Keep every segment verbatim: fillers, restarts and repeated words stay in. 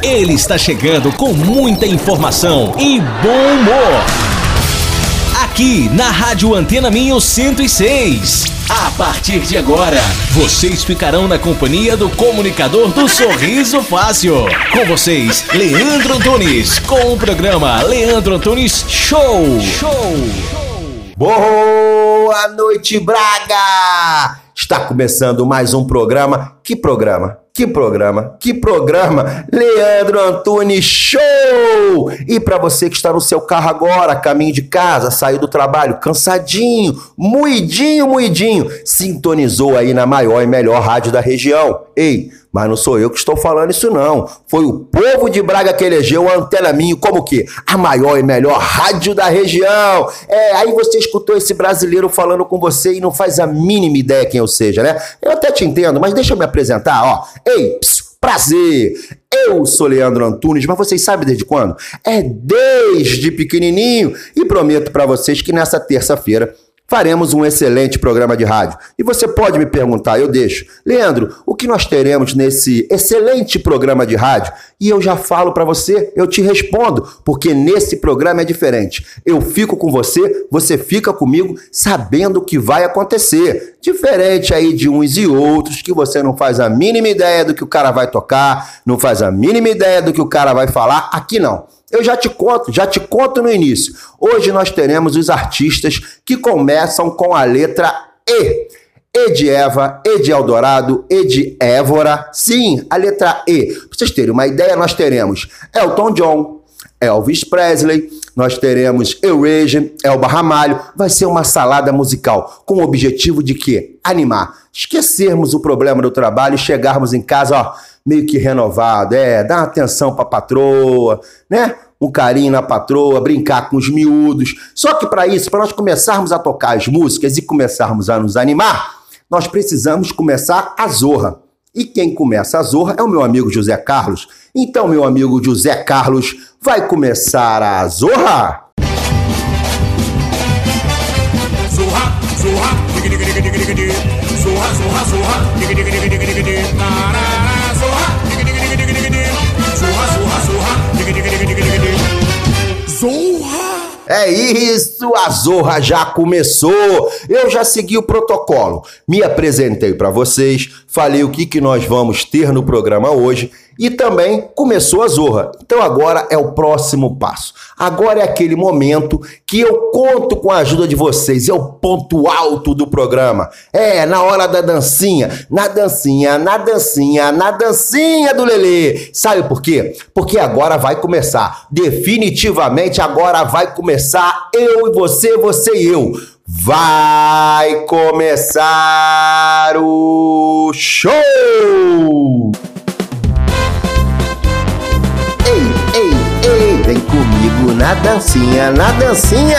Ele está chegando com muita informação e bom humor. Aqui na Rádio Antena Minho cento e seis. A partir de agora, vocês ficarão na companhia do comunicador do Sorriso Fácil. Com vocês, Leandro Antunes, com o programa Leandro Antunes Show. Show. Boa noite, Braga! Está começando mais um programa. Que programa? Que programa? Que programa? Leandro Antunes Show! E para você que está no seu carro agora, caminho de casa, saiu do trabalho, cansadinho, moidinho, moidinho, sintonizou aí na maior e melhor rádio da região. Ei, mas não sou eu que estou falando isso não. Foi o povo de Braga que elegeu a Antena Minho como que a maior e melhor rádio da região. É, aí você escutou esse brasileiro falando com você e não faz a mínima ideia quem eu seja, né? Eu até te entendo, mas deixa eu me apresentar, ó. Ei, psiu, prazer! Eu sou Leandro Antunes, mas vocês sabem desde quando? É desde pequenininho e prometo pra vocês que nessa terça-feira faremos um excelente programa de rádio. E você pode me perguntar, eu deixo. Leandro, o que nós teremos nesse excelente programa de rádio? E eu já falo pra você, eu te respondo, porque nesse programa é diferente. Eu fico com você, você fica comigo, sabendo o que vai acontecer. Diferente aí de uns e outros, que você não faz a mínima ideia do que o cara vai tocar, não faz a mínima ideia do que o cara vai falar. Aqui não. Eu já te conto, já te conto no início. Hoje nós teremos os artistas que começam com a letra E. E de Eva, E de Eldorado, E de Évora. Sim, a letra E. Pra vocês terem uma ideia, nós teremos Elton John, Elvis Presley, nós teremos Euregia, Elba Ramalho. Vai ser uma salada musical com o objetivo de quê? Animar. Esquecermos o problema do trabalho e chegarmos em casa, ó, meio que renovado, é, dar uma atenção pra patroa, né? Um carinho na patroa, brincar com os miúdos. Só que para isso, para nós começarmos a tocar as músicas e começarmos a nos animar, nós precisamos começar a zorra. E quem começa a zorra é o meu amigo José Carlos. Então, meu amigo José Carlos, vai começar a zorra? Zorra, zorra, diga diga diga diga diga diga. Zorra, zorra, zorra, diga diga diga diga diga diga. Zorra, diga diga diga diga diga diga. Zorra, zorra, zorra, diga diga diga diga diga. Zorra! É isso, a zorra já começou. Eu já segui o protocolo. Me apresentei para vocês, falei o que, que nós vamos ter no programa hoje e também começou a zorra. Então agora é o próximo passo. Agora é aquele momento que eu conto com a ajuda de vocês. É o ponto alto do programa. É, na hora da dancinha. Na dancinha, na dancinha, na dancinha do Lelê. Sabe por quê? Porque agora vai começar. Definitivamente agora vai começar. Eu e você, você e eu. Vai começar o show! Ei, ei, ei, vem comigo na dancinha, na dancinha!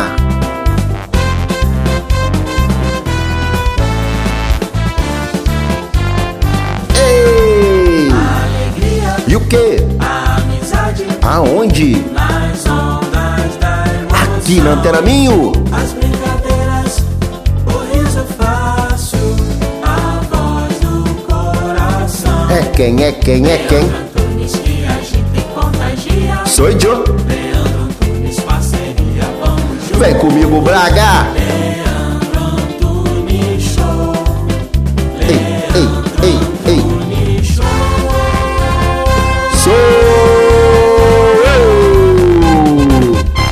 Ei! Alegria, E o quê? amizade, Aonde? nas ondas da emoção. Aqui na Antena Minho! As brincadeiras, o riso fácil, a voz do coração. É quem, é quem, é quem? Antunes que agita e contagia. Sou eu! Leandro Antunes, parceria, vamos juntos. Vem comigo, Braga! Leandro Antunes Show. Ei, ei, ei, ei! Antunes Show. Sou eu!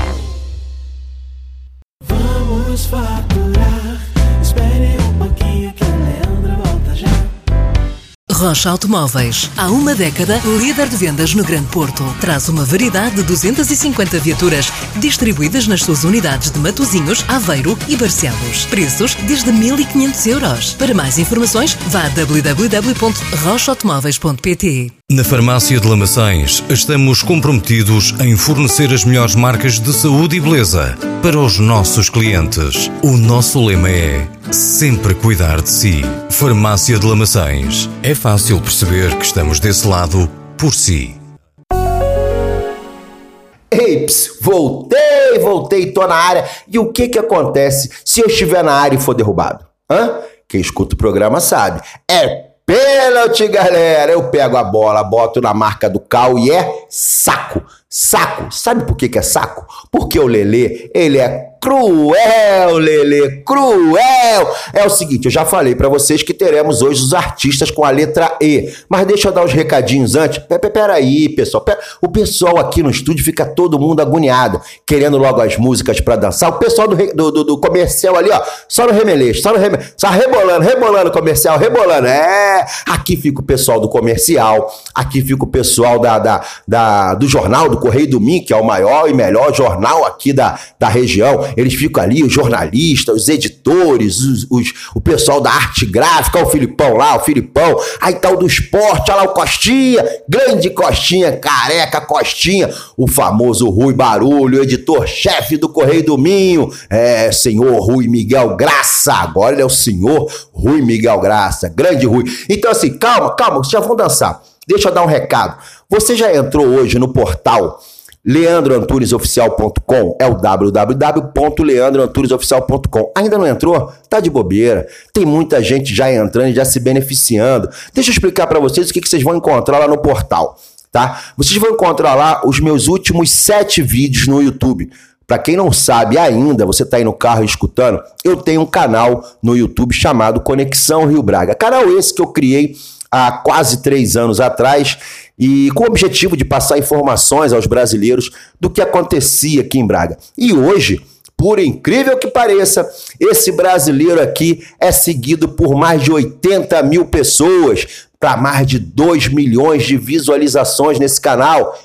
Vamos faturar. Espere um pouquinho que o Leandro volta já. Rocha Automóveis, há uma década, líder de vendas no Grande Porto. Traz uma variedade de duzentas e cinquenta viaturas distribuídas nas suas unidades de Matosinhos, Aveiro e Barcelos. Preços desde mil e quinhentos euros. Para mais informações, vá a w w w ponto rocha automóveis ponto p t. Na Farmácia de Lamaçães, estamos comprometidos em fornecer as melhores marcas de saúde e beleza para os nossos clientes. O nosso lema é sempre cuidar de si. Farmácia de Lamaçães. É fácil perceber que estamos desse lado por si. Ei, ps, voltei, voltei, tô na área. E o que que acontece se eu estiver na área e for derrubado? Hã? Quem escuta o programa sabe. É Pênalti, galera. Eu pego a bola, boto na marca do Cal e é saco. Saco. Sabe por que que é saco? Porque o Lelê, ele é cruel, Lelê, cruel. É o seguinte, eu já falei pra vocês que teremos hoje os artistas com a letra E. Mas deixa eu dar uns recadinhos antes. Peraí, pessoal. Pera... O pessoal aqui no estúdio fica todo mundo agoniado, querendo logo as músicas pra dançar. O pessoal do, do, do, do comercial ali, ó, só no remeleixo, só no remeleixo, só rebolando, rebolando comercial, rebolando. É, aqui fica o pessoal do comercial, aqui fica o pessoal da, da, da, do jornal, do Correio do Minho, que é o maior e melhor jornal aqui da, da região. Eles ficam ali, os jornalistas, os editores, os, os, o pessoal da arte gráfica, o Filipão lá, o Filipão, aí tá o do esporte, olha lá o Costinha, grande Costinha, careca Costinha, o famoso Rui Barulho, editor-chefe do Correio do Minho, é, senhor Rui Miguel Graça, agora ele é o senhor Rui Miguel Graça, grande Rui. Então assim, calma, calma, vocês já vão dançar. Deixa eu dar um recado. Você já entrou hoje no portal leandro antunes oficial ponto com? É o w w w ponto leandro antunes oficial ponto com. Ainda não entrou? Tá de bobeira. Tem muita gente já entrando e já se beneficiando. Deixa eu explicar para vocês o que, que vocês vão encontrar lá no portal, tá? Vocês vão encontrar lá os meus últimos sete vídeos no YouTube. Para quem não sabe ainda, você tá aí no carro escutando, eu tenho um canal no YouTube chamado Conexão Rio Braga. Canal esse que eu criei há quase três anos atrás e com o objetivo de passar informações aos brasileiros do que acontecia aqui em Braga. E hoje, por incrível que pareça, esse brasileiro aqui é seguido por mais de oitenta mil pessoas, para mais de dois milhões de visualizações nesse canal.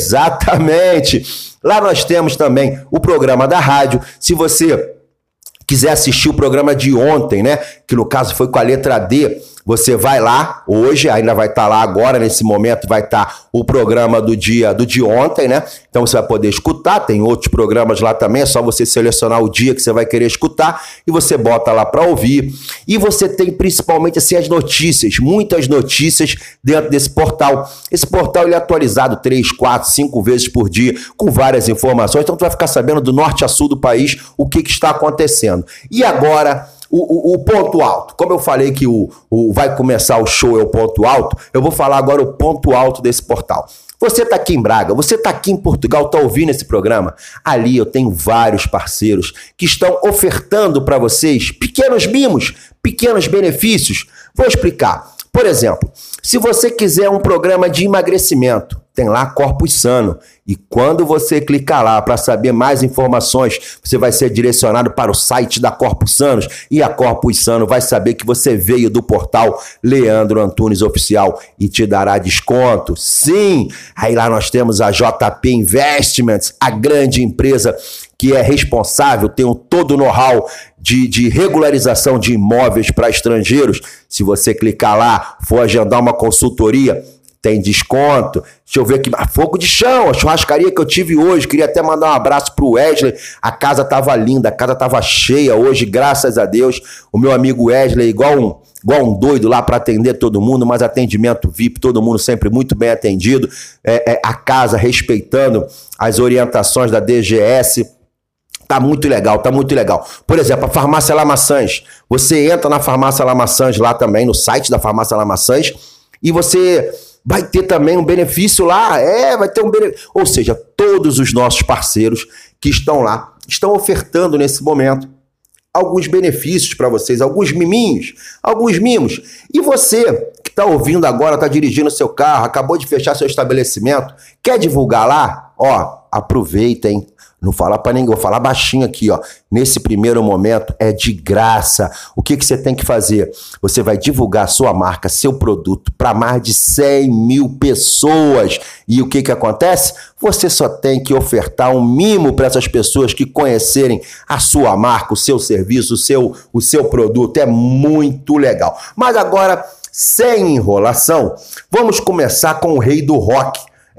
Exatamente! Lá nós temos também o programa da rádio. Se você quiser assistir o programa de ontem, né, que no caso foi com a letra D, você vai lá hoje, ainda vai estar lá agora, nesse momento vai estar o programa do dia do de ontem, né? Então você vai poder escutar, tem outros programas lá também, é só você selecionar o dia que você vai querer escutar e você bota lá para ouvir. E você tem principalmente assim as notícias, muitas notícias dentro desse portal. Esse portal ele é atualizado três, quatro, cinco vezes por dia, com várias informações, então tu vai ficar sabendo do norte a sul do país o que, que está acontecendo. E agora O, o, o ponto alto, como eu falei que o, o vai começar o show é o ponto alto, eu vou falar agora o ponto alto desse portal. Você está aqui em Braga, você está aqui em Portugal, está ouvindo esse programa? Ali eu tenho vários parceiros que estão ofertando para vocês pequenos mimos, pequenos benefícios. Vou explicar. Por exemplo, se você quiser um programa de emagrecimento, tem lá Corpus Sano. E quando você clicar lá para saber mais informações, você vai ser direcionado para o site da Corpus Sanos. E a Corpus Sano vai saber que você veio do portal Leandro Antunes Oficial e te dará desconto. Sim! Aí lá nós temos a J P Investments, a grande empresa que é responsável, tem um todo o know-how de, de regularização de imóveis para estrangeiros. Se você clicar lá, for agendar uma consultoria, tem desconto. Deixa eu ver aqui. Fogo de chão, a churrascaria que eu tive hoje. Queria até mandar um abraço pro Wesley. A casa tava linda, a casa tava cheia hoje, graças a Deus. O meu amigo Wesley, igual um, igual um doido lá para atender todo mundo, mas atendimento V I P, todo mundo sempre muito bem atendido. É, é, a casa respeitando as orientações da D G S. Tá muito legal, tá muito legal. Por exemplo, a Farmácia Lamaçãs. Você entra na Farmácia Lamaçãs lá também, no site da Farmácia Lamaçãs, e você vai ter também um benefício lá, é, vai ter um benefício. Ou seja, todos os nossos parceiros que estão lá, estão ofertando nesse momento alguns benefícios para vocês, alguns miminhos, alguns mimos. E você que está ouvindo agora, está dirigindo seu carro, acabou de fechar seu estabelecimento, quer divulgar lá? Ó, aproveita, hein? Não fala para ninguém, vou falar baixinho aqui, ó. Nesse primeiro momento é de graça. O que, que você tem que fazer? Você vai divulgar sua marca, seu produto para mais de cem mil pessoas. E o que, que acontece? Você só tem que ofertar um mimo para essas pessoas que conhecerem a sua marca, o seu serviço, o seu, o seu produto. É muito legal. Mas agora, sem enrolação, vamos começar com o rei do rock.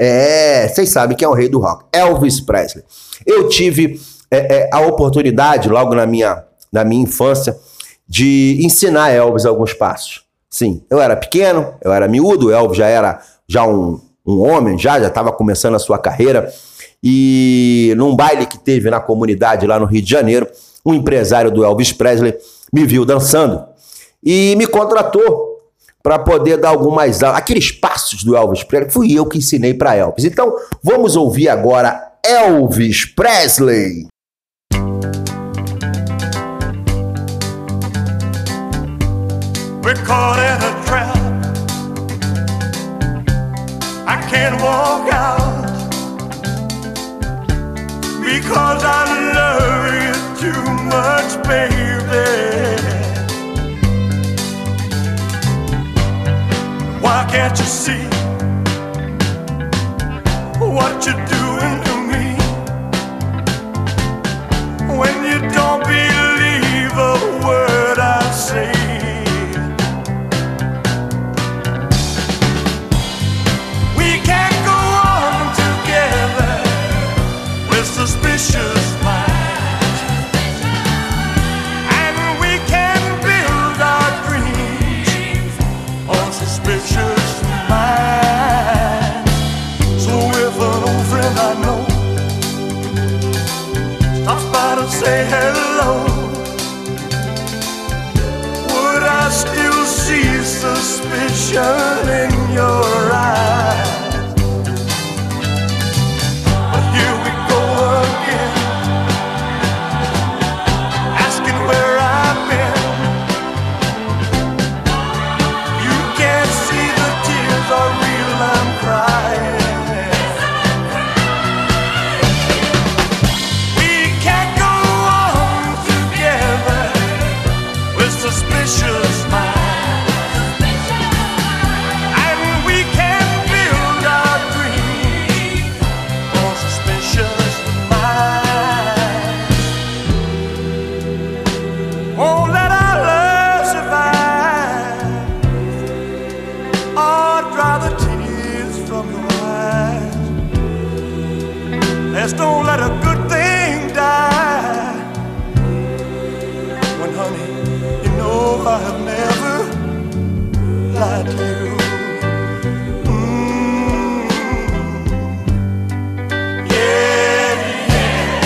É, vocês sabem quem é o rei do rock, Elvis Presley. Eu tive é, é, a oportunidade, logo na minha, na minha infância, de ensinar Elvis alguns passos. Sim, eu era pequeno, eu era miúdo, Elvis já era já um, um homem, já já estava começando a sua carreira. E num baile que teve na comunidade lá no Rio de Janeiro, um empresário do Elvis Presley me viu dançando e me contratou para poder dar algumas aulas. Aqueles passos do Elvis Presley, fui eu que ensinei para Elvis. Então, vamos ouvir agora Elvis Presley. We're caught in a trap. I can't walk out because I love you too much, baby. Why can't you see what you're doing to me when you don't believe a word I say? Suspicious minds, and we can build our dreams on suspicious minds. So if an old friend I know stops by to say hello, would I still see suspicion in your eyes? Don't let a good thing die. When, honey, you know I have never lied to you. Mm. Yeah, yeah.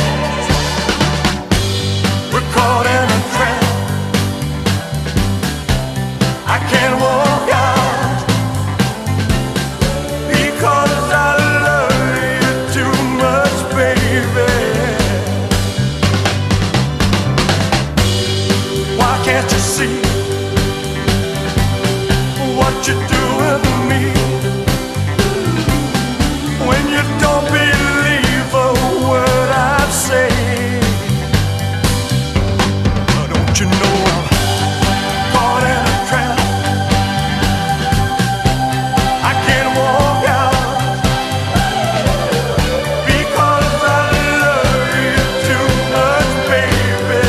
We're caught in a trap. I can't walk out because I can't you see what you're doing to me when you don't believe a word I say? Oh, don't you know I'm caught in a trap? I can't walk out because I love you too much, baby.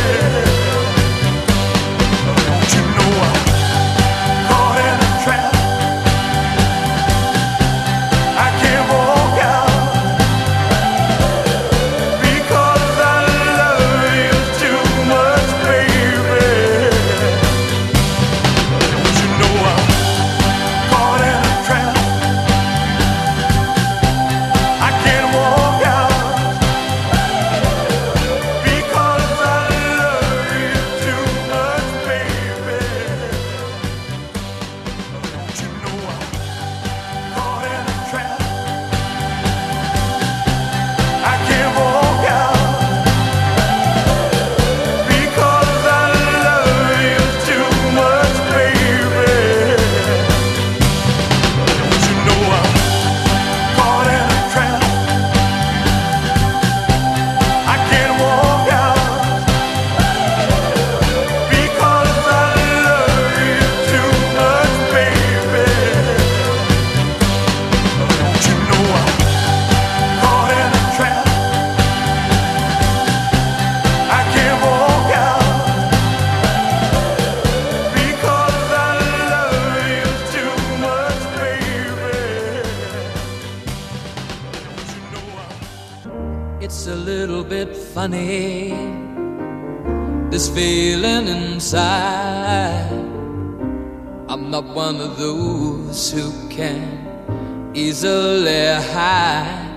It's a little bit funny, this feeling inside. I'm not one of those who can easily hide.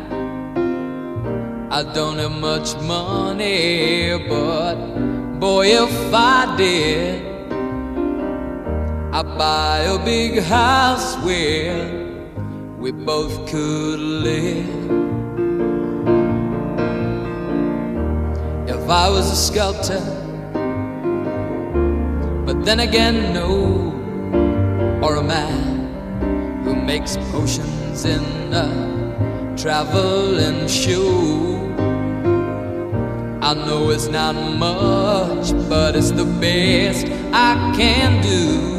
I don't have much money, but boy, if I did, I'd buy a big house where we both could live. If I was a sculptor, but then again no, or a man who makes potions in a traveling shoe. I know it's not much, but it's the best I can do.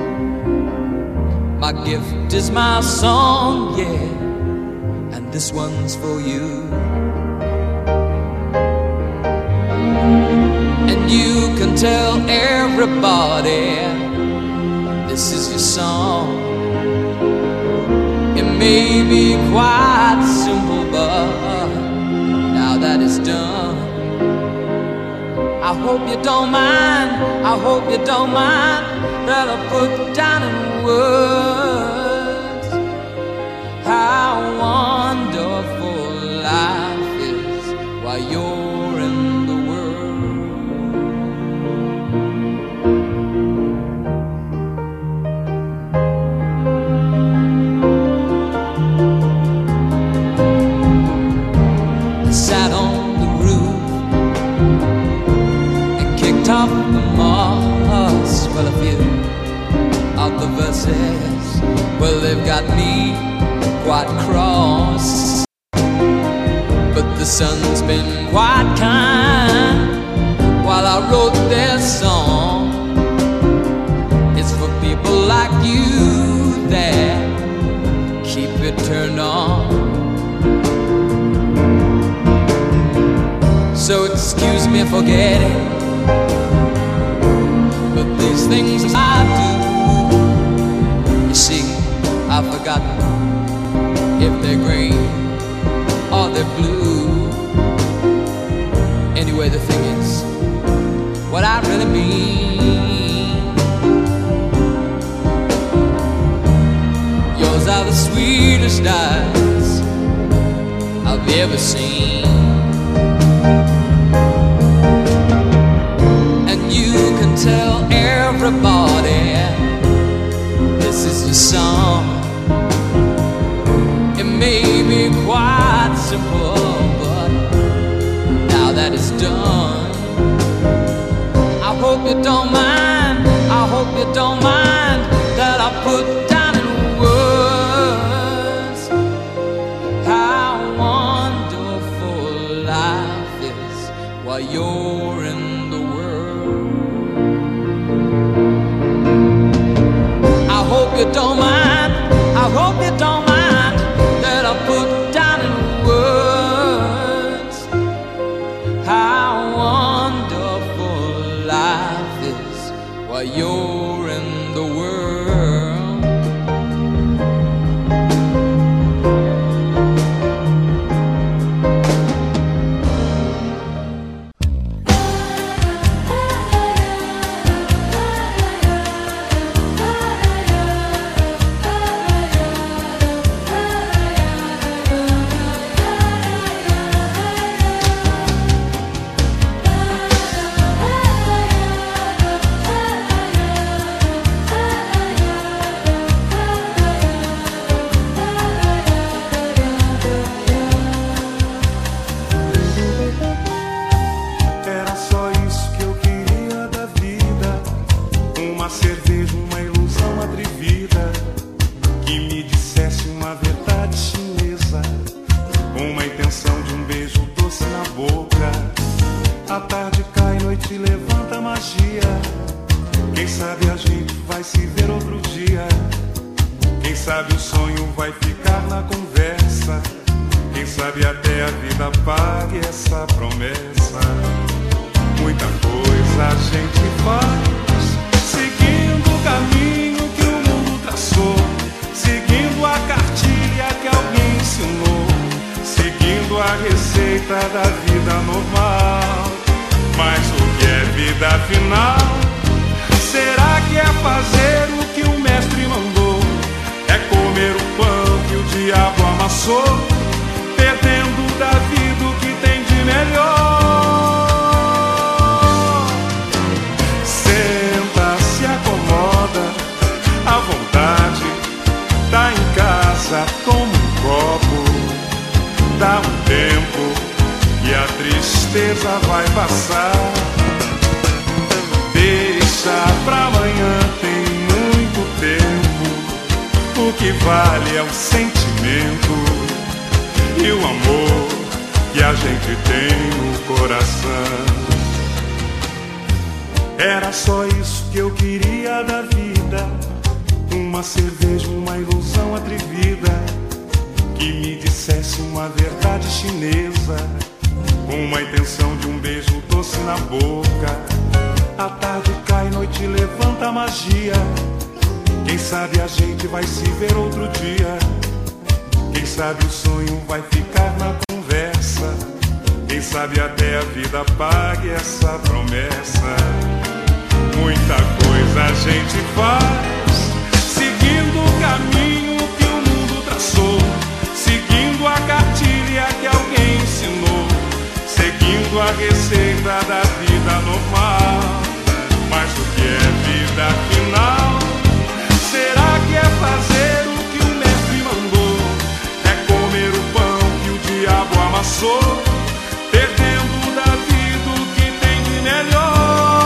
My gift is my song, yeah, and this one's for you. And you can tell everybody this is your song. It may be quite simple, but now that it's done, I hope you don't mind, I hope you don't mind that I put down in words how wonderful life is while you're in the world. I sat on the roof and kicked off the moss. Well, a few of the verses, well, they've got me quite cross. But the sun's been quite kind while I wrote this song. It's for people like you that keep it turned on. So excuse me for getting, but these things I do, you see, I've forgotten if they're green or they're blue. Anyway, the thing is, what I really mean, yours are the sweetest eyes I've ever seen. And you can tell everybody this is your song. It may be quite simple, but now that it's done, I hope you don't mind, I hope you don't mind that I put down in words how wonderful life is while you're in the world. I hope you don't mind, I hope you don't mind that I put down in words how wonderful life is while you're in the world. Perdendo da vida o que tem de melhor. Senta, se acomoda, casa, toma um copo, dá um tempo e a tristeza vai passar. Deixa pra amanhã, tem muito tempo. O que vale é o sentimento e o amor que a gente tem no coração. Era só isso que eu queria da vida, uma cerveja, uma ilusão atrevida, que me dissesse uma verdade chinesa, uma intenção de um beijo doce na boca. A tarde cai, noite levanta a magia. Quem sabe a gente vai se ver outro dia. Quem sabe o sonho vai ficar na conversa. Quem sabe até a vida pague essa promessa. Muita coisa a gente faz, seguindo o caminho que o mundo traçou, seguindo a cartilha que alguém ensinou, seguindo a receita da vida normal. Mas o que é vida afinal? Será que é fazer o que o mestre mandou? É comer o pão que o diabo amassou, perdendo da vida o que tem de melhor.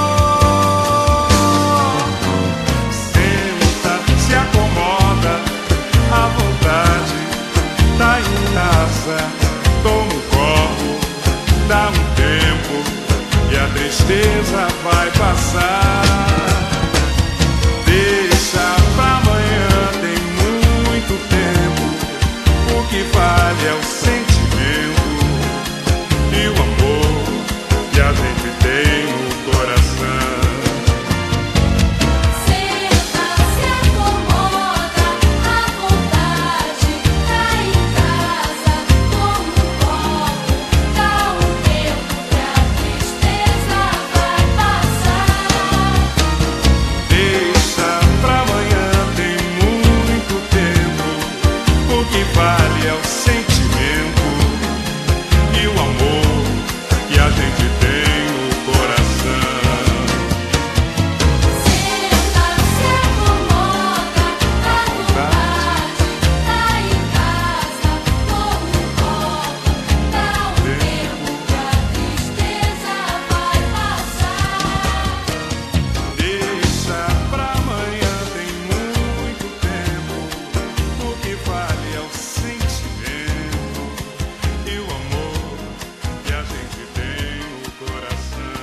Senta, se acomoda, à vontade, tá em casa, toma um copo, dá um tempo e a tristeza vai passar. Deixa pra amanhã, tem muito tempo. O que vale é o sentimento e o amor que a gente tem no coração. Senta, se acomoda, à vontade, tá em casa, toma um copo, dá um tempo que a tristeza vai passar. Deixa pra amanhã, tem muito tempo. O que vale é o sentimento e o amor que a gente tem no coração. Senta, se acomoda, à vontade, tá em casa, toma um copo, dá um tempo que a tristeza vai passar. Deixa pra amanhã, tem muito tempo. O que vale é o sentimento e o amor que a gente tem no coração.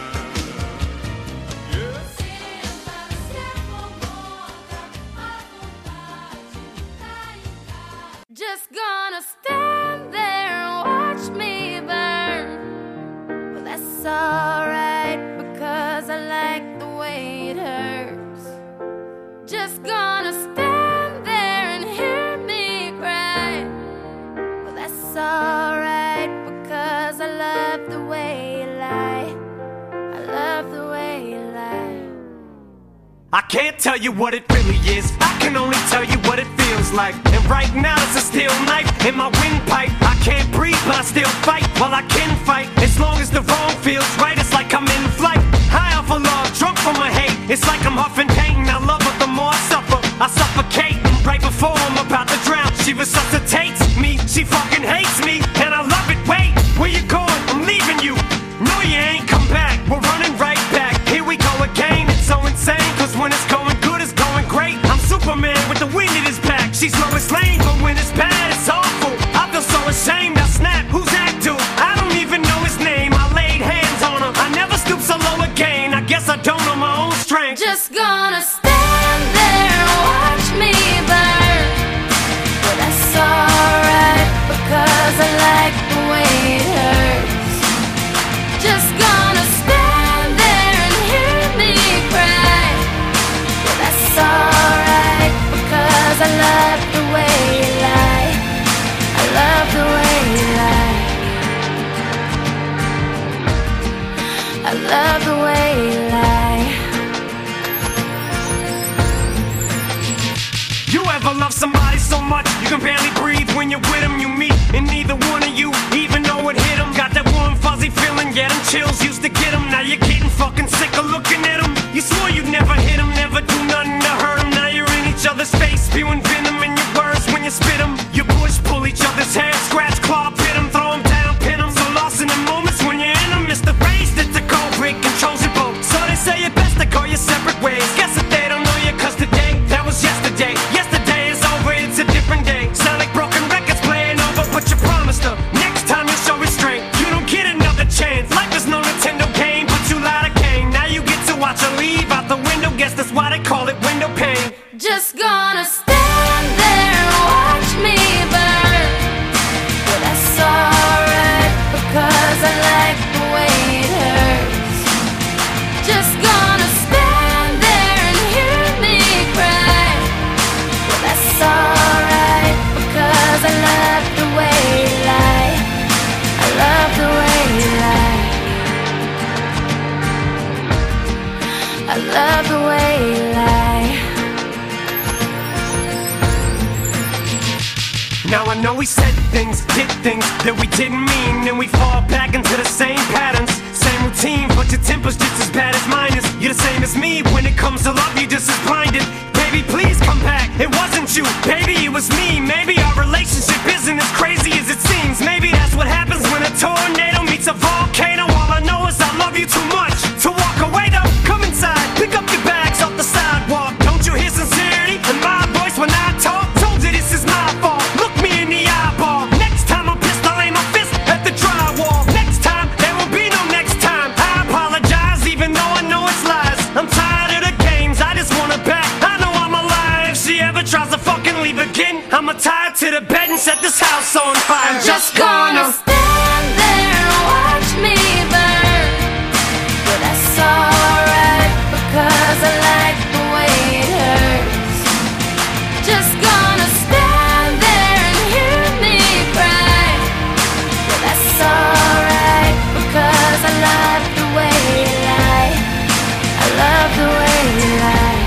Yeah. Senta, se acomoda, à vontade, tá em casa. Just gonna stand there and watch me burn. Well, that's alright because I like the way it hurts. Just gonna stand there and hear me cry. Well, that's alright because I love the way you lie. I love the way you lie. I can't tell you what it really is, I can only tell you what it feels like. And right now it's a steel knife in my windpipe. I can't breathe but I still fight, well I can fight. As long as the wrong feels right, it's like I'm in flight. High off of love, drunk from my hate. It's like I'm huffing pain, I love her the more I suffer. I suffocate, right before I'm about to drown. She resuscitates me, she fucking hates me. And I love it, wait, where you going? I'm leaving you. No you ain't come back, we're running right back. Here we go again, it's so insane. Cause when it's going good, it's going great. I'm Superman with the wind in his back. She's Lois Lane, but when it's bad, it's awful. I feel so ashamed, I snap, who's that dude? I don't even know his name, I laid hands on her. I never stoop so low again, I guess I don't know my own strength. Just gonna stand there and watch me burn. Well, that's alright because I like the way it hurts. Just gonna stand there and hear me cry. Well, that's alright because I love the way you lie. I love the way you lie. I love the way you lie. You ever love somebody so much you can barely breathe when you're with them? You meet and neither one of you even know it hit them. Got that warm fuzzy feeling, yeah, them chills used to get them. Now you're getting fucking sick of looking at them. You swore you'd never hit them, never do nothing to hurt them. Now you're in each other's face, spewing venom in your words when you spit them. Now I know we said things, did things that we didn't mean, and we fall back into the same patterns, same routine, but your temper's just as bad as mine is. You're the same as me, when it comes to love you're just as blinded. Baby, please come back, it wasn't you, baby, it was me. Maybe our relationship isn't as crazy as it seems. Maybe that's what happens when a tornado meets a volcano. All I know is I love you too much to walk away though. Come inside, pick up your bags off the sidewalk. Don't you hear sincerity in my voice when I talk? Told you this is my fault, look me in the eyeball. Next time I'm pissed, I'll aim my fist at the drywall. Next time, there will be no next time. I apologize even though I know it's lies. I'm tired of the games, I just want her back. I know I'm alive, if she ever tries to fucking leave again, I'ma tie her to the bed and set this house on fire. I'm just gonna stand there and watch me burn. But that's alright because I like the way it hurts. Just gonna stand there and hear me cry. But that's alright because I love the way you lie. I love the way you lie.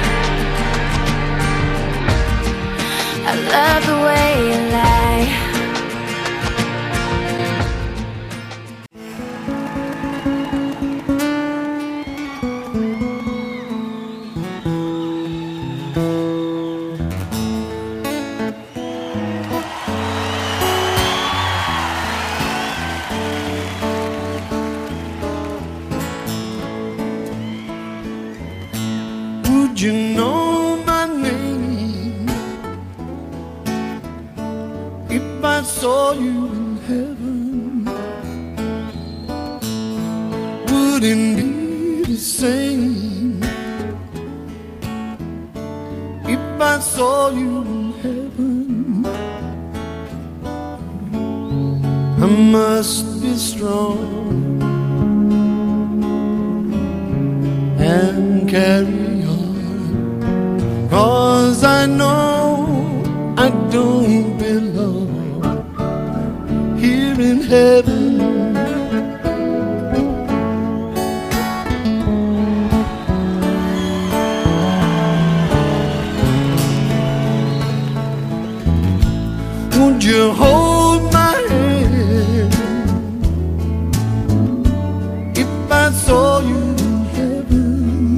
I love the way you lie. Would you know my name if I saw you in heaven? Would it be the same if I saw you in heaven? I must be strong and carry on, 'cause I know I don't belong here in heaven. Would you hold my hand if I saw you in heaven?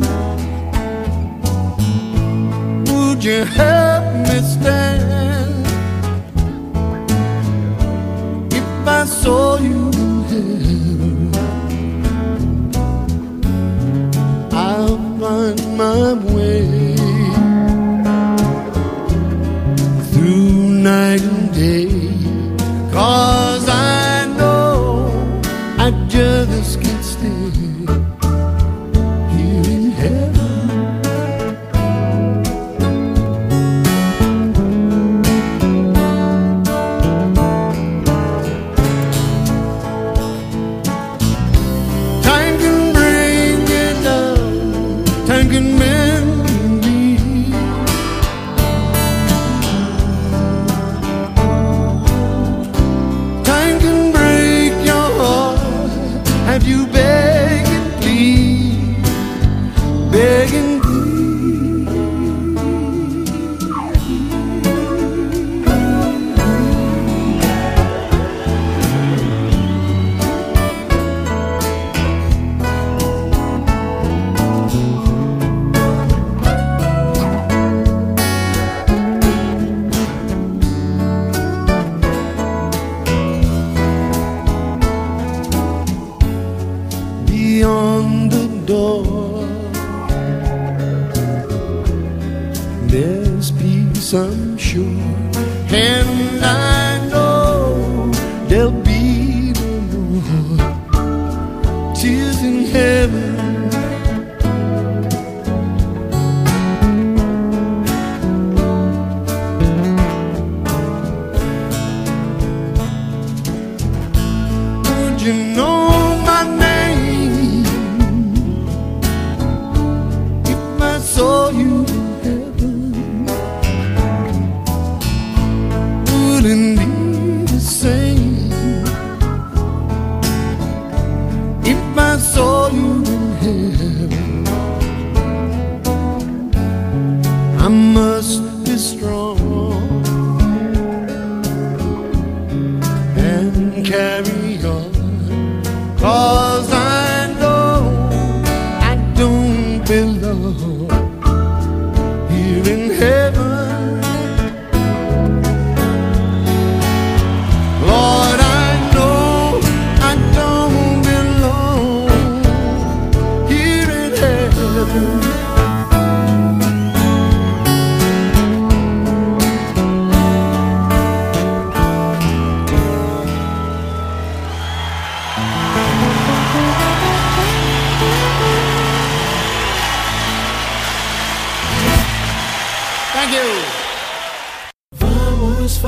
Would you help me stand if I saw you in heaven? I'll find my way through night and day, 'cause I know I just can't stay here in heaven. Time can bring it down, time can mend me. Time can break your heart. Have you beg and plead, beg and beyond the door, there's peace, I'm sure, and I know there'll be no more tears in heaven. Would you know my name if I saw you in heaven? Wouldn't be the same if I saw you in heaven. I must be strong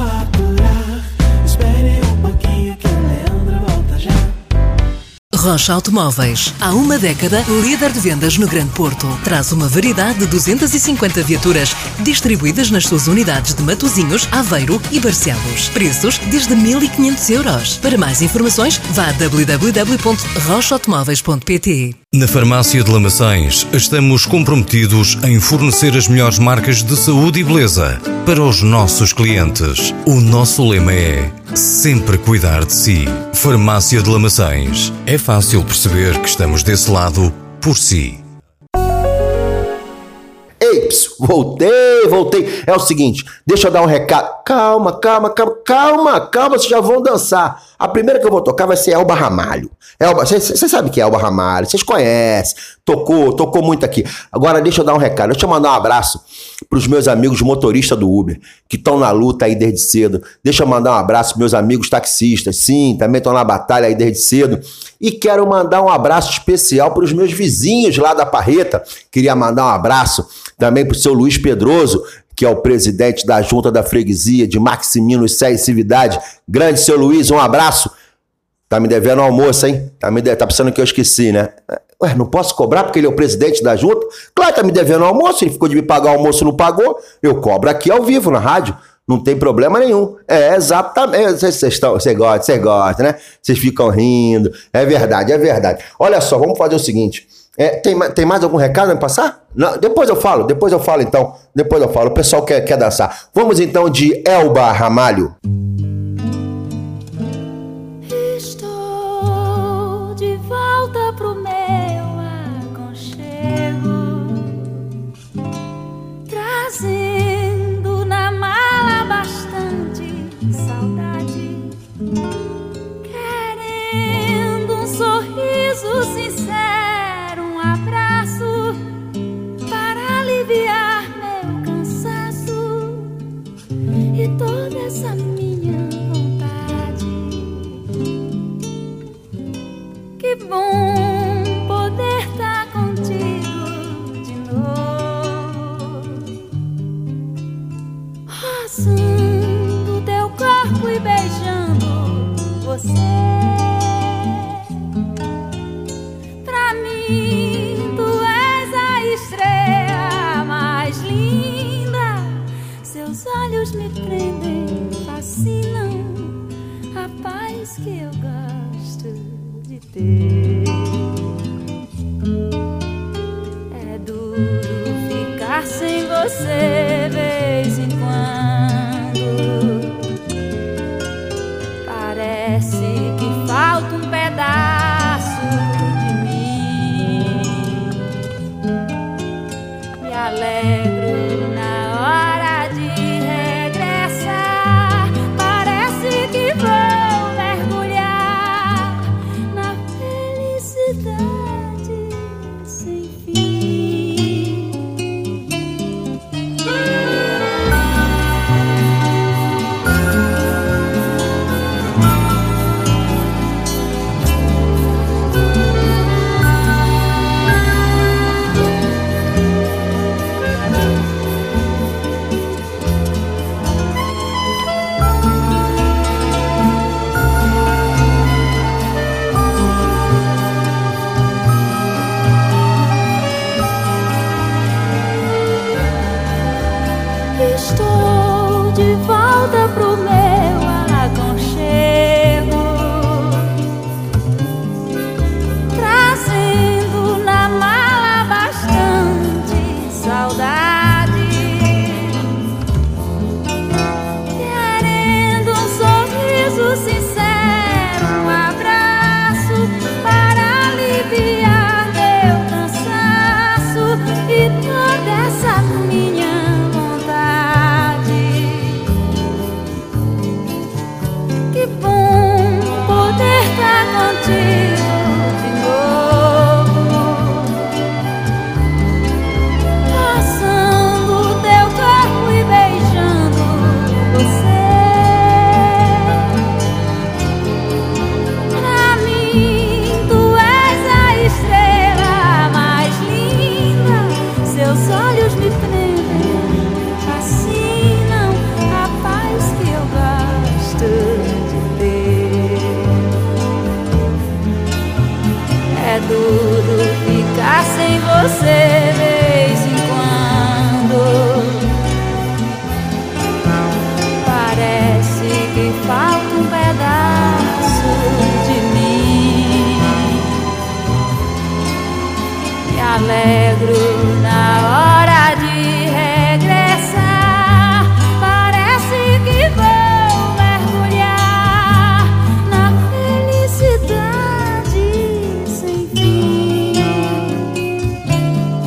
faturar. Espere um pouquinho que o Leandro volta já. Rocha Automóveis, há uma década líder de vendas no Grande Porto. Traz uma variedade de duzentas e cinquenta viaturas distribuídas nas suas unidades de Matosinhos, Aveiro e Barcelos. Preços desde mil e quinhentos euros. Para mais informações, vá a w w w ponto rocha automóveis ponto p t. Na Farmácia de Lamaçães, estamos comprometidos em fornecer as melhores marcas de saúde e beleza para os nossos clientes. O nosso lema é sempre cuidar de si. Farmácia de Lamaçães. É fácil perceber que estamos desse lado por si. Ei, ps, voltei, voltei. É o seguinte, deixa eu dar um recado. Calma, calma, calma, calma, calma, vocês já vão dançar. A primeira que eu vou tocar vai ser Elba Ramalho. Elba, você sabe que é Elba Ramalho, vocês conhecem, tocou, tocou muito aqui. Agora deixa eu dar um recado, deixa eu mandar um abraço pros meus amigos motoristas do Uber, que estão na luta aí desde cedo. Deixa eu mandar um abraço pros meus amigos taxistas, sim, também estão na batalha aí desde cedo. E quero mandar um abraço especial pros meus vizinhos lá da Parreta. Queria mandar um abraço também pro seu Luiz Pedroso, que é o presidente da Junta da Freguesia de Maximino e Sé e Cividade. Grande seu Luiz, um abraço. Tá me devendo um almoço, hein? Tá, me de... tá pensando que eu esqueci, né? Ué, não posso cobrar porque ele é o presidente da Junta? Claro, tá me devendo um almoço, ele ficou de me pagar o almoço, não pagou. Eu cobro aqui ao vivo, na rádio. Não tem problema nenhum. É, exatamente. Vocês estão, você gosta, você gosta, né? Vocês ficam rindo. É verdade, é verdade. Olha só, vamos fazer o seguinte. É, tem, tem mais algum recado pra passar? Não, depois eu falo, depois eu falo então. Depois eu falo. O pessoal quer, quer dançar. Vamos então de Elba Ramalho. Estou de volta pro meu aconchego, trazendo na mala bastante saudade, querendo um sorriso sincero, um abraço para aliviar meu cansaço e toda essa minha vontade. Que bom poder estar contigo de novo, roçando teu corpo e beijando você. Pra mim tu és a estrela mais linda, seus olhos me prendem, fascinam, a paz que eu gosto de ter. É duro ficar sem você vez em quando, parece que falta um pedaço de mim. Me alegro na hora de regressar, parece que vou mergulhar na felicidade sem fim. Estou de volta pro meu aconchego, trazendo na mala bastante saudade, querendo um sorriso sincero, um abraço para aliviar meu cansaço e toda essa minha vontade. Que bom poder estar contigo de novo, passando o teu corpo e beijando você. Pra mim tu és a estrela mais linda, seus olhos me prendem, fascinam, a paz que eu gosto você de vez em quando. Parece que falta um pedaço de mim. Me alegro na hora de regressar. Parece que vou mergulhar na felicidade sem fim.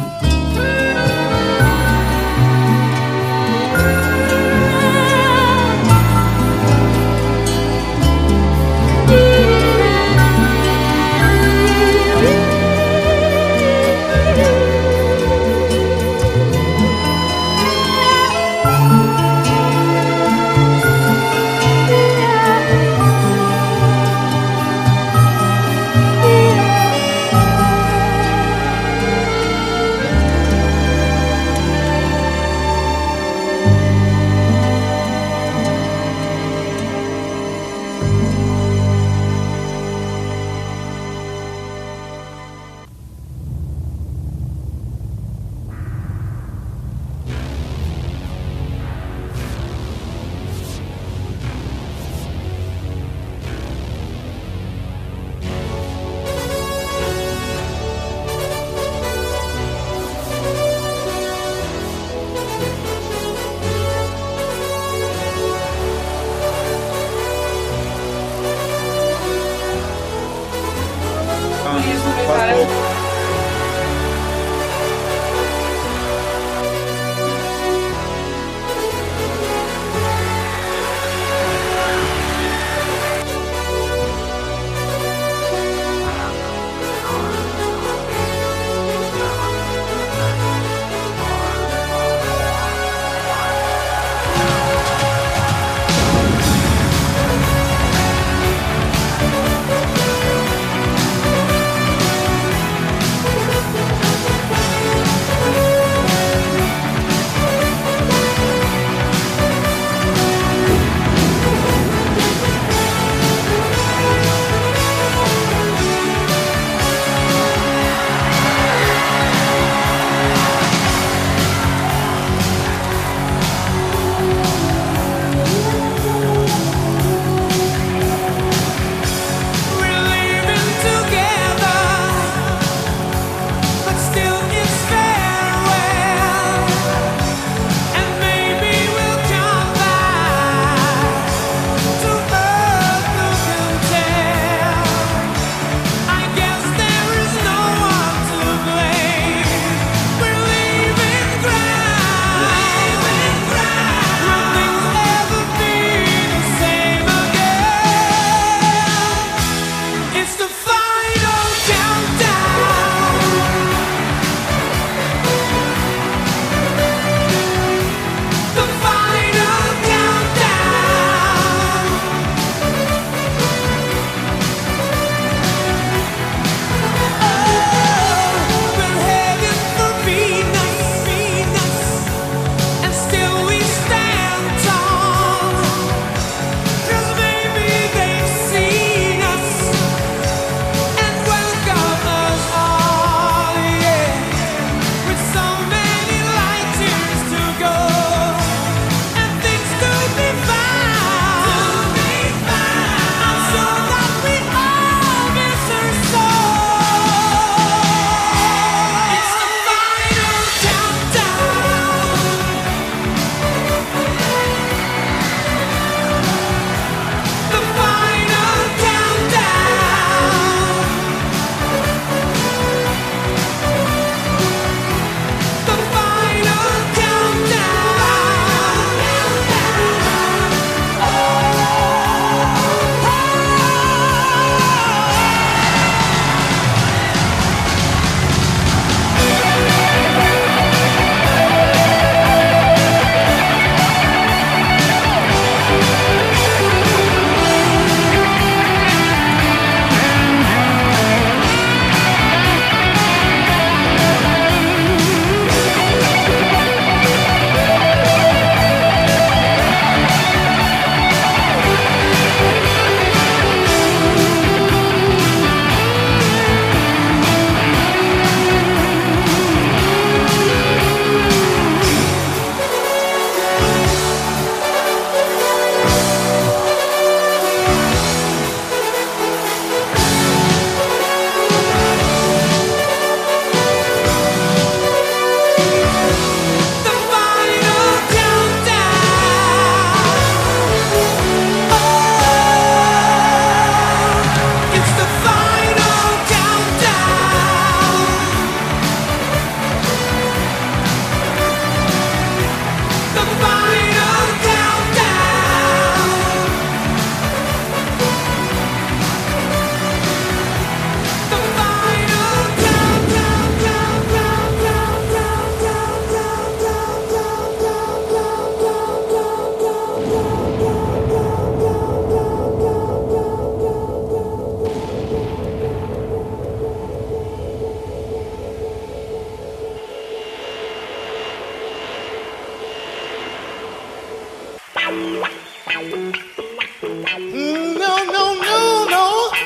Mm, no, no, no, no.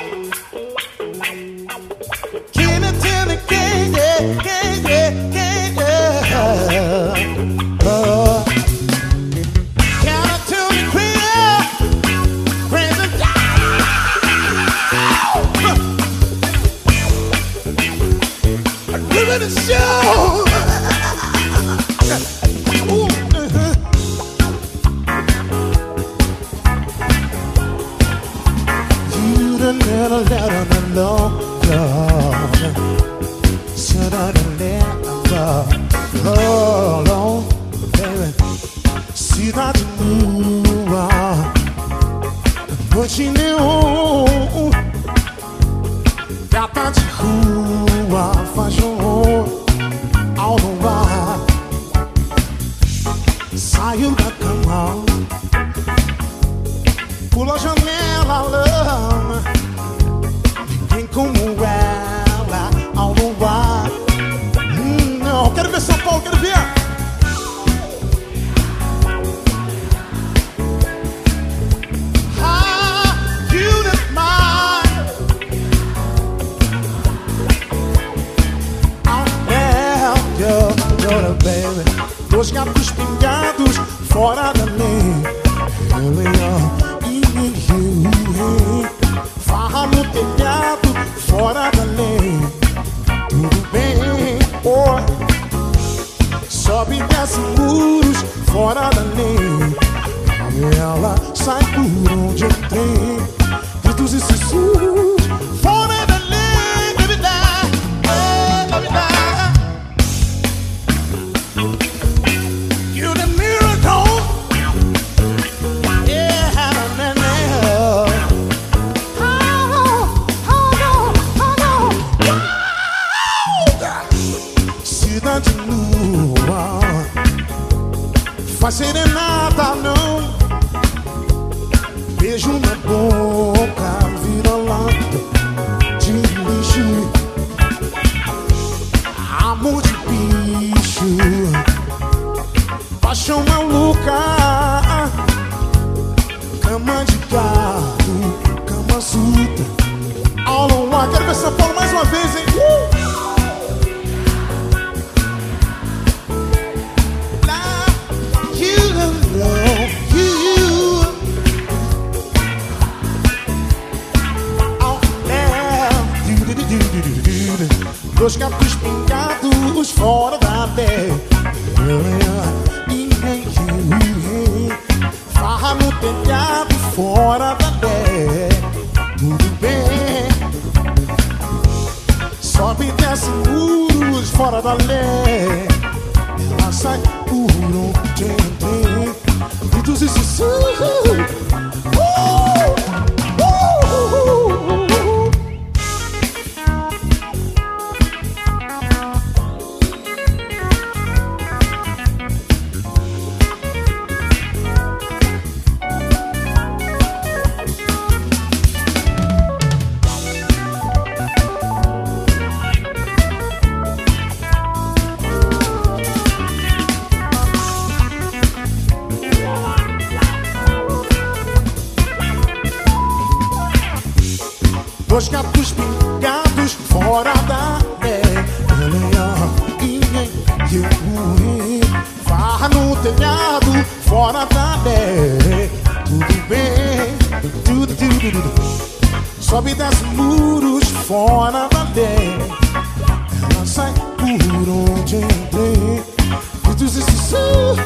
Can I tell the king, yeah, yeah, yeah, yeah, yeah. Uh, can I tell the queen, yeah, crazy down. I'm giving a show. Ooh, uh-huh. You done never let her alone, love. Should I let her alone, baby? See that you move on, but she knew that that you are fashion all the while. Saiu da cama, pula a janela, lama. Ninguém como ela, ao luar. Hum, não, quero ver São Paulo, quero ver. Ah, you the mine. I'll help you, you're the baby. Dois gatos pingados fora da lei. Farra no telhado fora da lei. Tudo bem, oh. Sobe e desce muros fora da lei. E ela sai por onde entrei. Gritos e sussurros fora da lei. Baby, die, baby, die. Faz serenata, não. Beijo na boca, vira lata de lixo. Amor de bicho, paixão maluca. Cama de gato, cama suta. All on one. Quero ver São Paulo mais uma vez, hein? Uh! Dois gatos pingados fora da lei. Farra no telhado fora da lei. Tudo bem. Sobe e desce muros fora da lei. Ela sai por onde entrei. Gritos e sussurros. Uh, uh, uh, uh. Dois gatos pingados fora da lei. Farra no telhado fora da lei. Tudo bem, tudo, tudo, tudo. Sobe e desce muros fora da lei. Ela sai por onde entrei. Gritos e sussurros.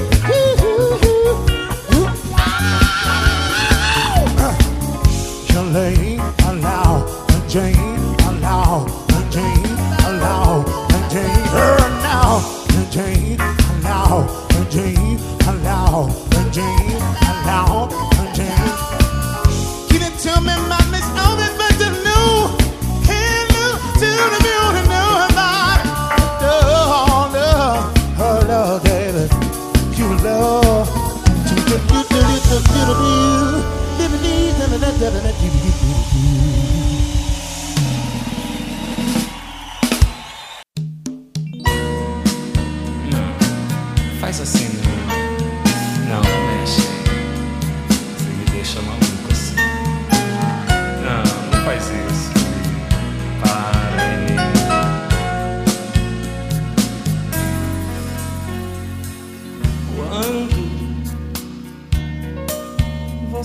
Jane, allow, Jane, allow, Jane, allow, Jane, her now, Jane, allow, Jane, allow, Jane, allow, Jane. Can you tell me my miss? I'll be back to know. Can you tell me all to know about oh, love, oh, love, baby, you love, to do, do, do, do, do, do, do.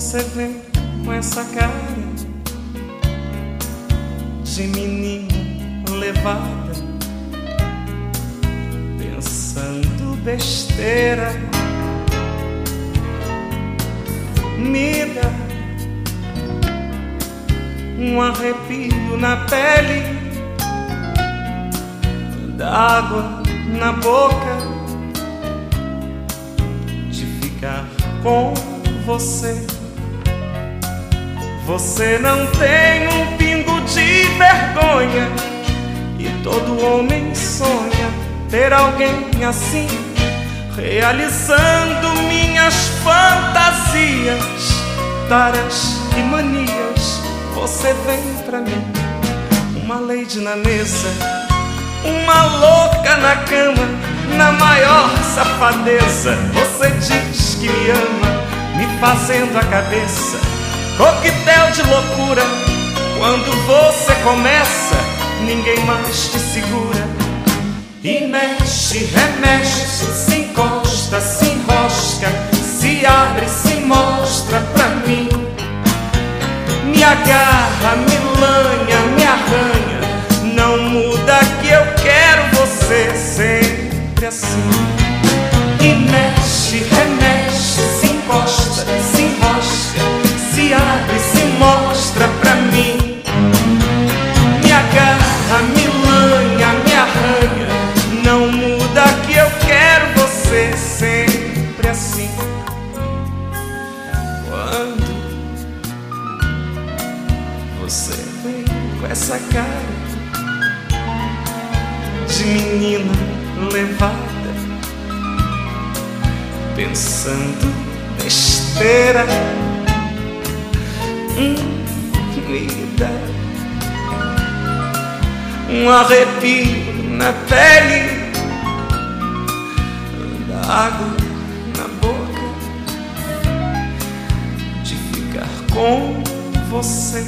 você vem com essa cara de menina levada, pensando besteira. Me dá um arrepio na pele, dá água na boca de ficar com você. Você não tem um pingo de vergonha, e todo homem sonha ter alguém assim, realizando minhas fantasias, taras e manias. Você vem pra mim, uma lady na mesa, uma louca na cama, na maior safadeza. Você diz que me ama, me fazendo a cabeça coquetel de loucura. Quando você começa, ninguém mais te segura. E mexe, remexe, se encosta, se enrosca, se abre, se mostra pra mim. Me agarra, me lanha, me arranha, não muda que eu quero você sempre assim. E mexe, remexe, se encosta, se enrosca, se abre, se mostra pra mim. Me agarra, me lanha, me arranha, não muda que eu quero você sempre assim. Quando você vem com essa cara de menina levada, pensando besteira, hum, me dá um arrepio na pele, dá água na boca de ficar com você.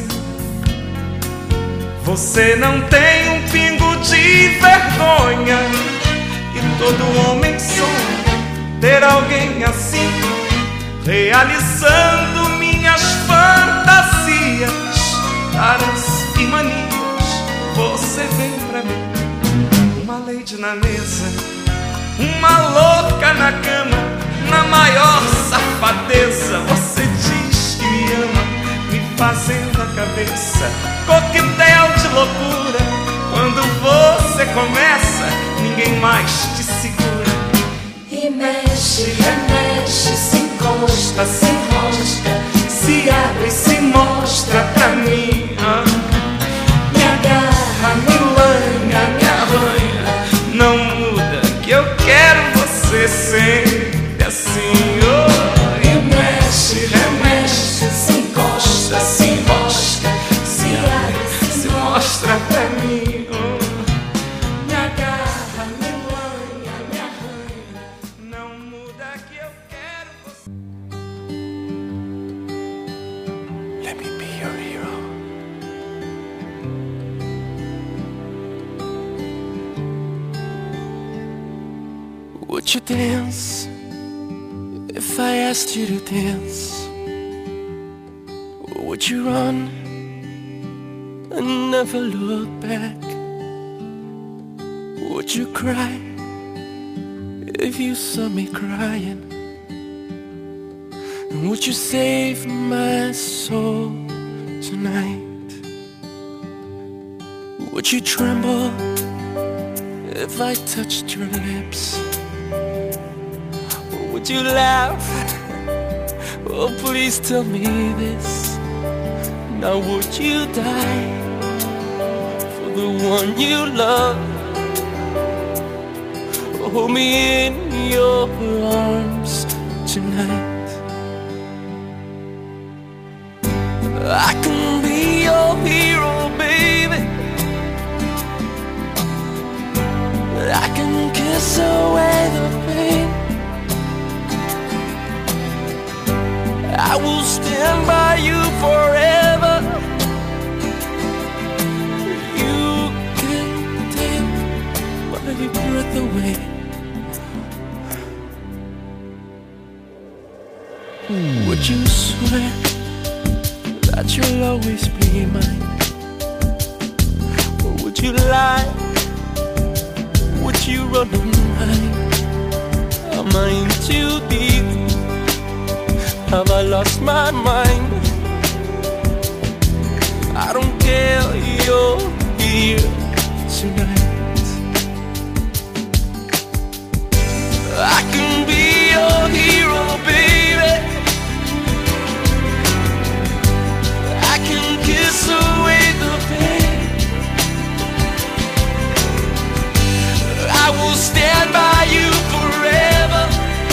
Você não tem um pingo de vergonha, e todo homem sonha ter alguém assim, realizando minhas fantasias, taras e manias. Você vem pra mim, uma lady na mesa, uma louca na cama, na maior safadeza. Você diz que me ama, me fazendo a cabeça coquetel de loucura. Quando você começa, ninguém mais te segura. E mexe, remexe, se encosta, se enrosca, se abre, se mostra pra mim. Ah. Me agarra, me lanha, me arranha, não muda que eu quero você sempre assim. Oh. E mexe, remexe, se encosta, se enrosca, se abre, se mostra pra mim. Oh. Me agarra, me lanha, me arranha, não muda que eu quero você. Let me be your hero. Would you dance if I asked you to dance? Or would you run and never look back? Would you cry if you saw me crying? And would you save my soul tonight? Would you tremble if I touched your lips? Or would you laugh? Oh, please tell me this. Now would you die for the one you love? Hold me in your arms tonight. I can be your hero, baby. I can kiss away the pain. I will stand by you forever. You can take my breath away. Would you swear that you'll always be mine? Or would you lie? Would you run a line? Am I in too deep? Have I lost my mind? I don't care, you're here tonight. I can be your hero, baby. I can kiss away the pain. I will stand by you forever.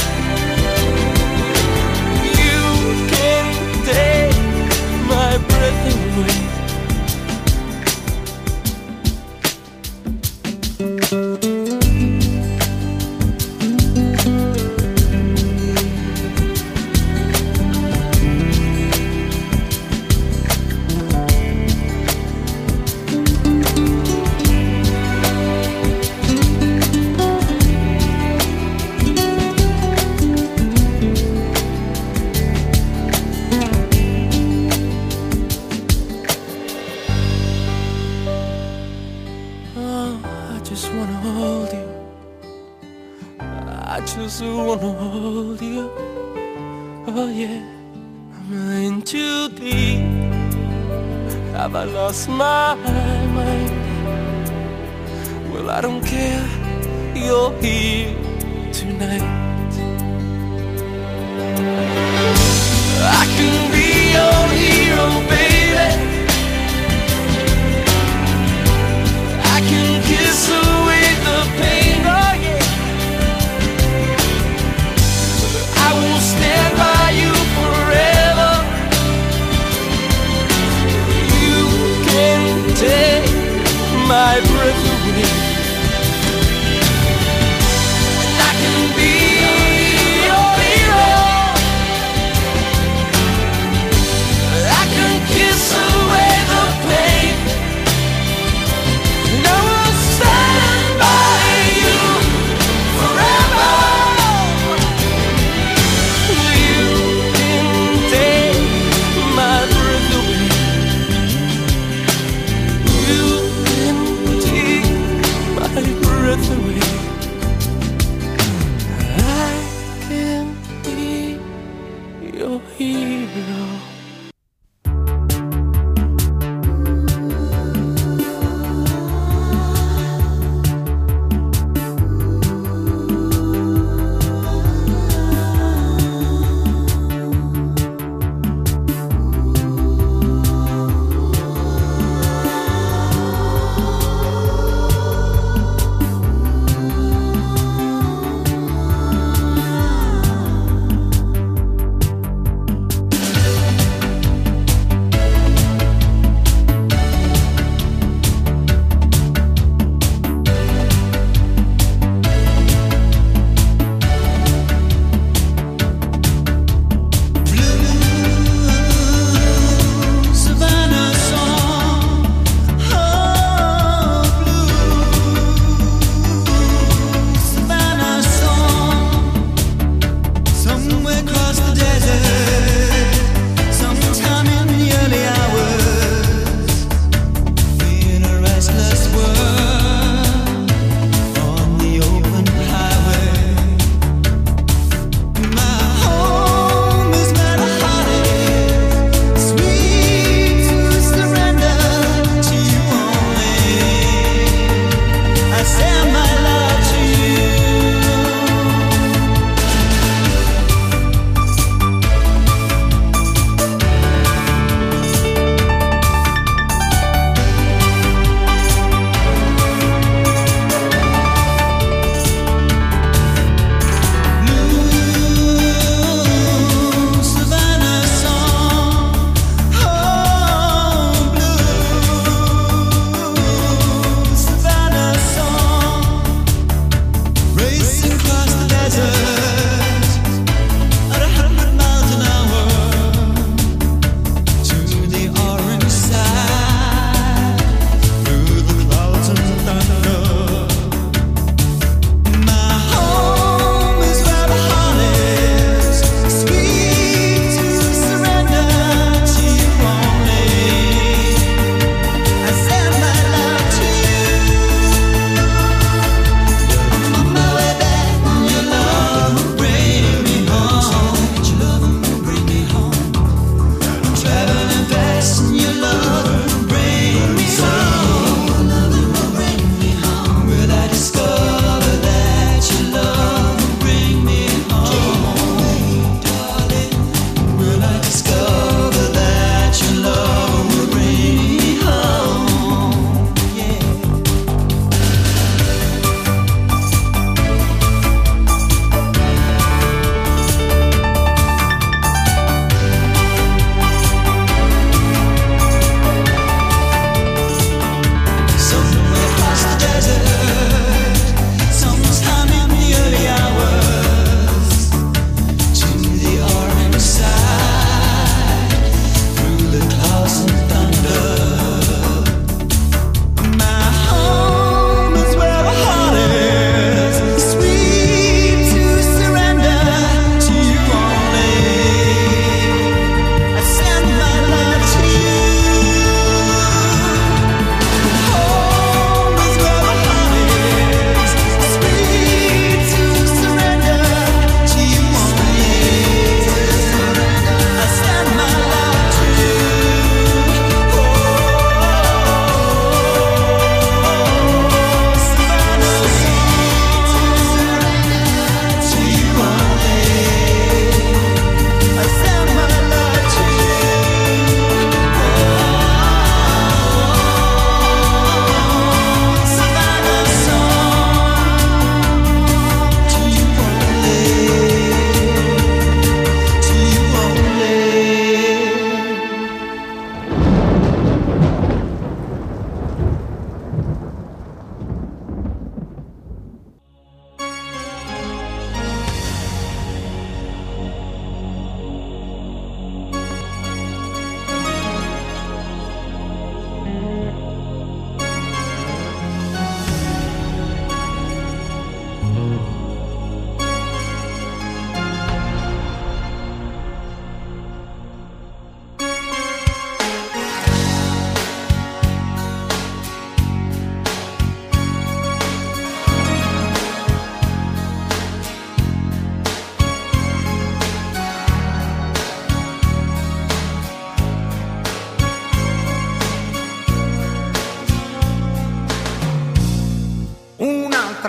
You can take my breath away. Wanna hold you, oh yeah. Am I in too deep? Have I lost my mind? Well, I don't care, you're here tonight. I can be your hero, baby. I can kiss away the pain, oh yeah. I will stand by you forever. You can take my breath away, and I can be your hero.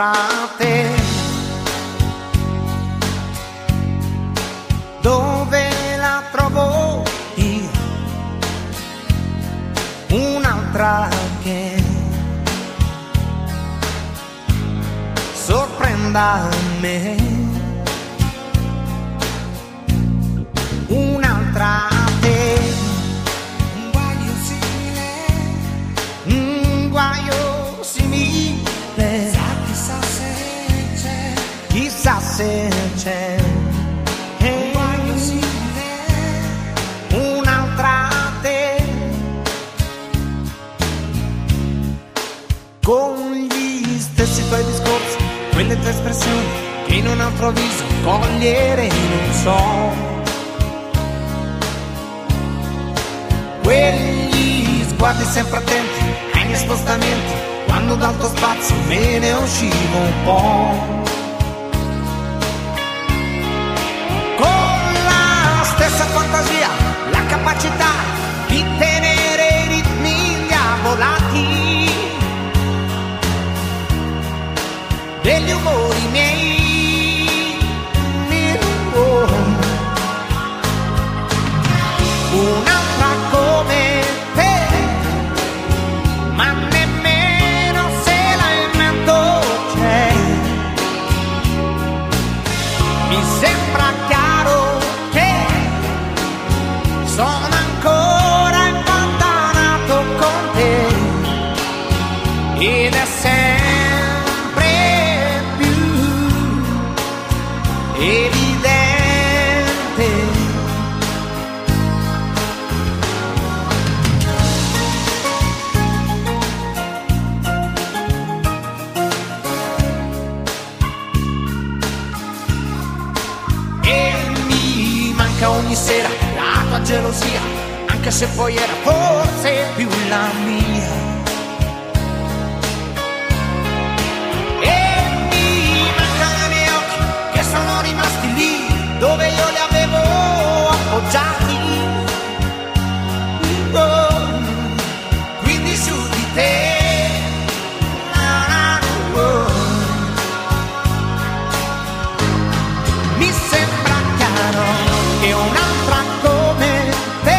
un'altra te. Dove la trovo io? Un'altra che sorprenda me. Un'altra te. Un guaio simile. Un guaio simile. Chissà se c'è. Chissà se c'è. Un guaio simile. Un'altra te. Con gli stessi tuoi discorsi, quelle tue espressioni che in un altro viso cogliere non so. Quegli sguardi sempre attenti ai miei spostamenti, quando dal tuo spazio me ne uscivo un po'. Con la stessa fantasia, la capacità di tenere i ritmi diavolati degli umori miei. Un'altra come te, ma nemmeno se la invento c'è. Mi sembra chiaro che sono ancora impantanato con te, ed è sempre più evidente. Ogni sera la tua gelosia, anche se poi era forse più la mia. E mi mancano i miei occhi che sono rimasti lì dove io li avevo appoggiati. Oh, quindi su di te. Oh, mi sembra chiaro che un'altra come te,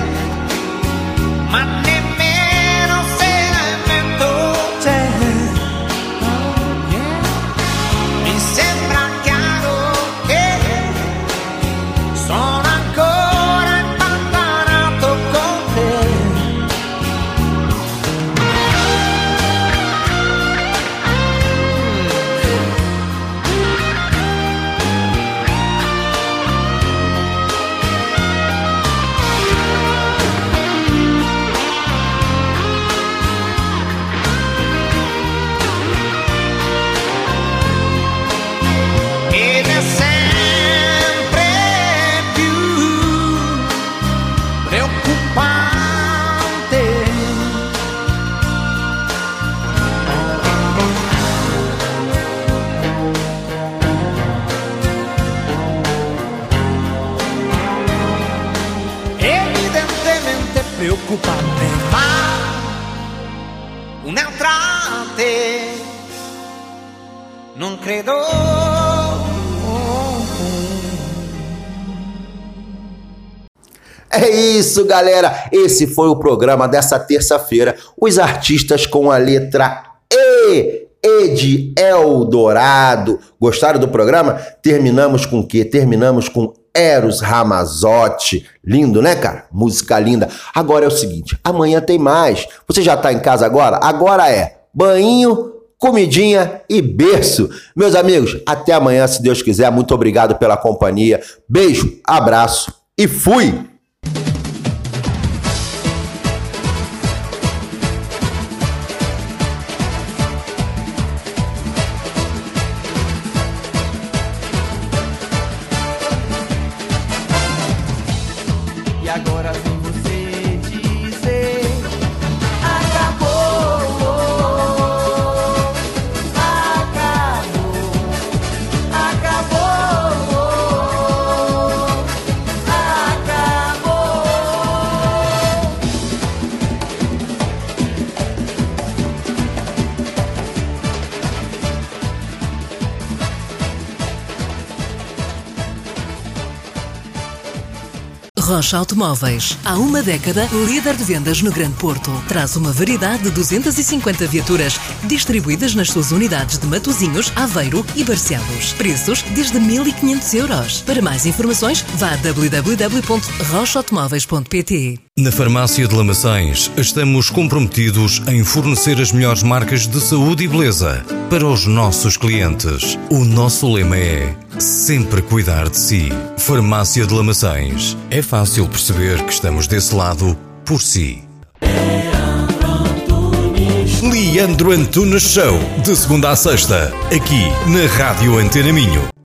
ma nemmeno se la invento c'è. Oh, yeah. Mi sembra chiaro che sono ancora impantanato con te. Ed è sempre più preoccupante. Evidentemente preoccupante, ma un'altra te non credo. É isso, galera. Esse foi o programa dessa terça-feira. Os artistas com a letra E. E de Eldorado. Gostaram do programa? Terminamos com o quê? Terminamos com Eros Ramazzotti. Lindo, né, cara? Música linda. Agora é o seguinte, amanhã tem mais. Você já tá em casa agora? Agora é banho, comidinha e berço. Meus amigos, até amanhã, se Deus quiser. Muito obrigado pela companhia. Beijo, abraço e fui! E agora vem você dizer: acabou, acabou, acabou, acabou. Rocha Automóveis. Há uma década, líder de vendas no Grande Porto. Traz uma variedade de duzentas e cinquenta viaturas distribuídas nas suas unidades de Matosinhos, Aveiro e Barcelos. Preços desde mil e quinhentos euros. Para mais informações, vá a w w w ponto rocha automóveis ponto p t. Na Farmácia de Lamaçães, estamos comprometidos em fornecer as melhores marcas de saúde e beleza para os nossos clientes. O nosso lema é sempre cuidar de si. Farmácia de Lamaçães. É fácil perceber que estamos desse lado por si. Leandro Antunes Show, de segunda a sexta, aqui na Rádio Antena Minho.